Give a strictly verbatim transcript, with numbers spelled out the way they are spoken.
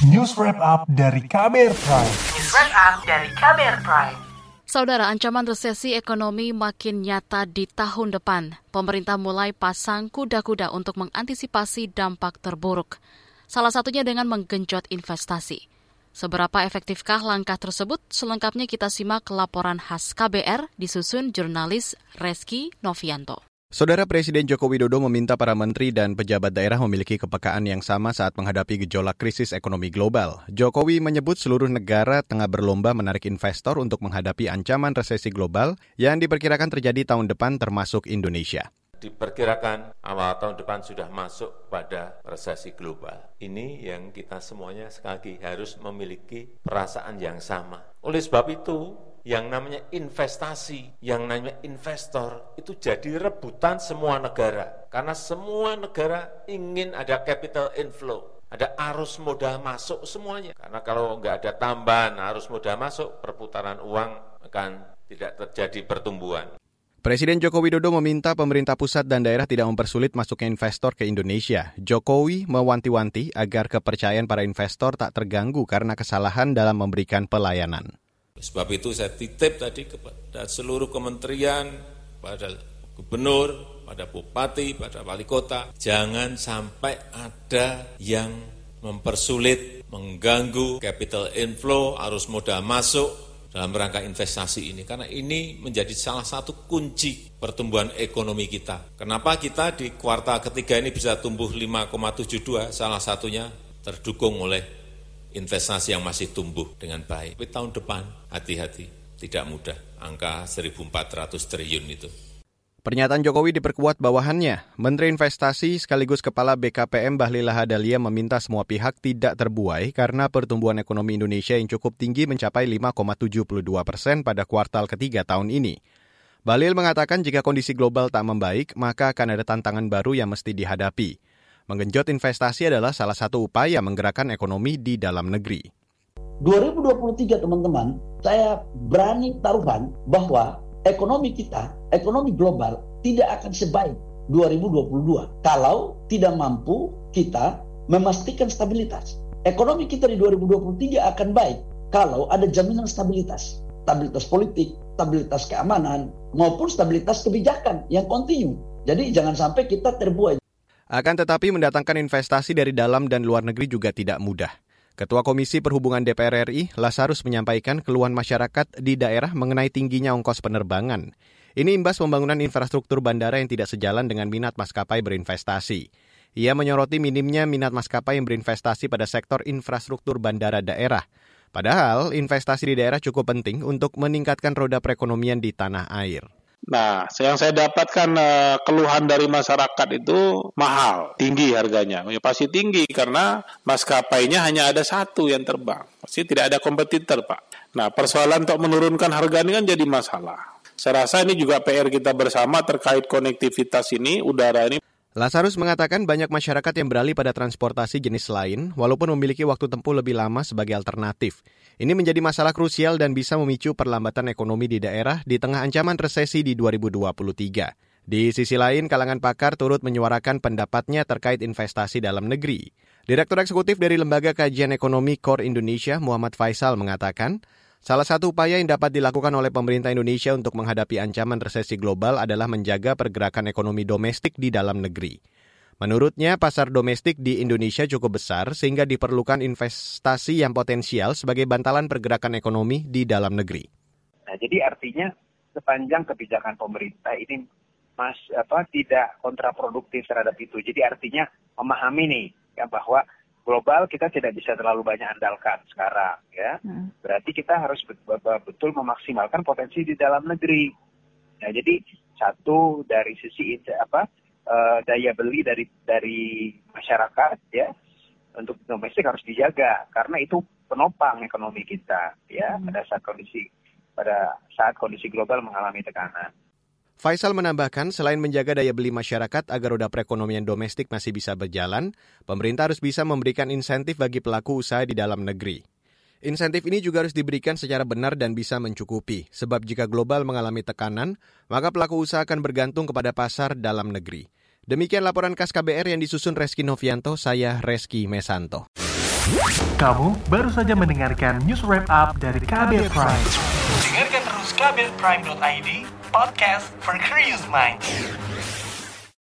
News Wrap Up dari K B R Prime. News Wrap Up dari K B R Prime. Saudara, ancaman resesi ekonomi makin nyata di tahun depan. Pemerintah mulai pasang kuda-kuda untuk mengantisipasi dampak terburuk. Salah satunya dengan menggenjot investasi. Seberapa efektifkah langkah tersebut? Selengkapnya kita simak laporan khas K B R disusun jurnalis Reski Novianto. Saudara, Presiden Joko Widodo meminta para menteri dan pejabat daerah memiliki kepekaan yang sama saat menghadapi gejolak krisis ekonomi global. Jokowi menyebut seluruh negara tengah berlomba menarik investor untuk menghadapi ancaman resesi global yang diperkirakan terjadi tahun depan termasuk Indonesia. Diperkirakan awal tahun depan sudah masuk pada resesi global. Ini yang kita semuanya sekali lagi harus memiliki perasaan yang sama. Oleh sebab itu, yang namanya investasi, yang namanya investor, itu jadi rebutan semua negara. Karena semua negara ingin ada capital inflow, ada arus modal masuk semuanya. Karena kalau nggak ada tambahan arus modal masuk, perputaran uang akan tidak terjadi pertumbuhan. Presiden Joko Widodo meminta pemerintah pusat dan daerah tidak mempersulit masuknya investor ke Indonesia. Jokowi mewanti-wanti agar kepercayaan para investor tak terganggu karena kesalahan dalam memberikan pelayanan. Sebab itu saya titip tadi kepada seluruh kementerian, pada gubernur, pada bupati, pada wali kota, jangan sampai ada yang mempersulit, mengganggu capital inflow, arus modal masuk dalam rangka investasi ini. Karena ini menjadi salah satu kunci pertumbuhan ekonomi kita. Kenapa kita di kuartal ketiga ini bisa tumbuh lima koma tujuh dua, salah satunya terdukung oleh investasi yang masih tumbuh dengan baik. Tapi tahun depan, hati-hati, tidak mudah. Angka seribu empat ratus triliun itu. Pernyataan Jokowi diperkuat bawahannya. Menteri Investasi sekaligus Kepala B K P M Bahlil Lahadalia meminta semua pihak tidak terbuai karena pertumbuhan ekonomi Indonesia yang cukup tinggi mencapai lima koma tujuh dua persen pada kuartal ketiga tahun ini. Bahlil mengatakan jika kondisi global tak membaik, maka akan ada tantangan baru yang mesti dihadapi. Menggenjot investasi adalah salah satu upaya menggerakkan ekonomi di dalam negeri. dua ribu dua puluh tiga, teman-teman, saya berani taruhan bahwa ekonomi kita, ekonomi global tidak akan sebaik dua ribu dua puluh dua kalau tidak mampu kita memastikan stabilitas. Ekonomi kita di dua ribu dua puluh tiga akan baik kalau ada jaminan stabilitas. Stabilitas politik, stabilitas keamanan, maupun stabilitas kebijakan yang kontinu. Jadi jangan sampai kita terbuai. Akan tetapi mendatangkan investasi dari dalam dan luar negeri juga tidak mudah. Ketua Komisi Perhubungan D P R R I, Lazarus menyampaikan keluhan masyarakat di daerah mengenai tingginya ongkos penerbangan. Ini imbas pembangunan infrastruktur bandara yang tidak sejalan dengan minat maskapai berinvestasi. Ia menyoroti minimnya minat maskapai yang berinvestasi pada sektor infrastruktur bandara daerah. Padahal investasi di daerah cukup penting untuk meningkatkan roda perekonomian di tanah air. Nah, yang saya dapatkan uh, keluhan dari masyarakat itu mahal, tinggi harganya. Ya, pasti tinggi karena maskapainya hanya ada satu yang terbang. Pasti tidak ada kompetitor, Pak. Nah, persoalan untuk menurunkan harga ini kan jadi masalah. Saya rasa ini juga P R kita bersama terkait konektivitas ini, udara ini. Lazarus mengatakan banyak masyarakat yang beralih pada transportasi jenis lain, walaupun memiliki waktu tempuh lebih lama sebagai alternatif. Ini menjadi masalah krusial dan bisa memicu perlambatan ekonomi di daerah di tengah ancaman resesi di dua ribu dua puluh tiga. Di sisi lain, kalangan pakar turut menyuarakan pendapatnya terkait investasi dalam negeri. Direktur Eksekutif dari Lembaga Kajian Ekonomi Core Indonesia, Muhammad Faisal, mengatakan, salah satu upaya yang dapat dilakukan oleh pemerintah Indonesia untuk menghadapi ancaman resesi global adalah menjaga pergerakan ekonomi domestik di dalam negeri. Menurutnya, pasar domestik di Indonesia cukup besar sehingga diperlukan investasi yang potensial sebagai bantalan pergerakan ekonomi di dalam negeri. Nah, jadi artinya sepanjang kebijakan pemerintah ini mas apa tidak kontraproduktif terhadap itu. Jadi artinya memahami nih ya bahwa global kita tidak bisa terlalu banyak andalkan sekarang ya. Hmm. Berarti kita harus betul memaksimalkan potensi di dalam negeri. Nah, jadi satu dari sisi apa uh, daya beli dari dari masyarakat ya untuk domestik harus dijaga karena itu penopang ekonomi kita ya hmm. pada saat kondisi pada saat kondisi global mengalami tekanan. Faisal menambahkan, selain menjaga daya beli masyarakat agar roda perekonomian domestik masih bisa berjalan, pemerintah harus bisa memberikan insentif bagi pelaku usaha di dalam negeri. Insentif ini juga harus diberikan secara benar dan bisa mencukupi, sebab jika global mengalami tekanan, maka pelaku usaha akan bergantung kepada pasar dalam negeri. Demikian laporan khas K B R yang disusun Reski Novianto, saya Reski Mesanto. Kamu baru saja mendengarkan news wrap up dari K B R Prime. Dengarkan terus k b r prime dot i d, podcast for curious mind.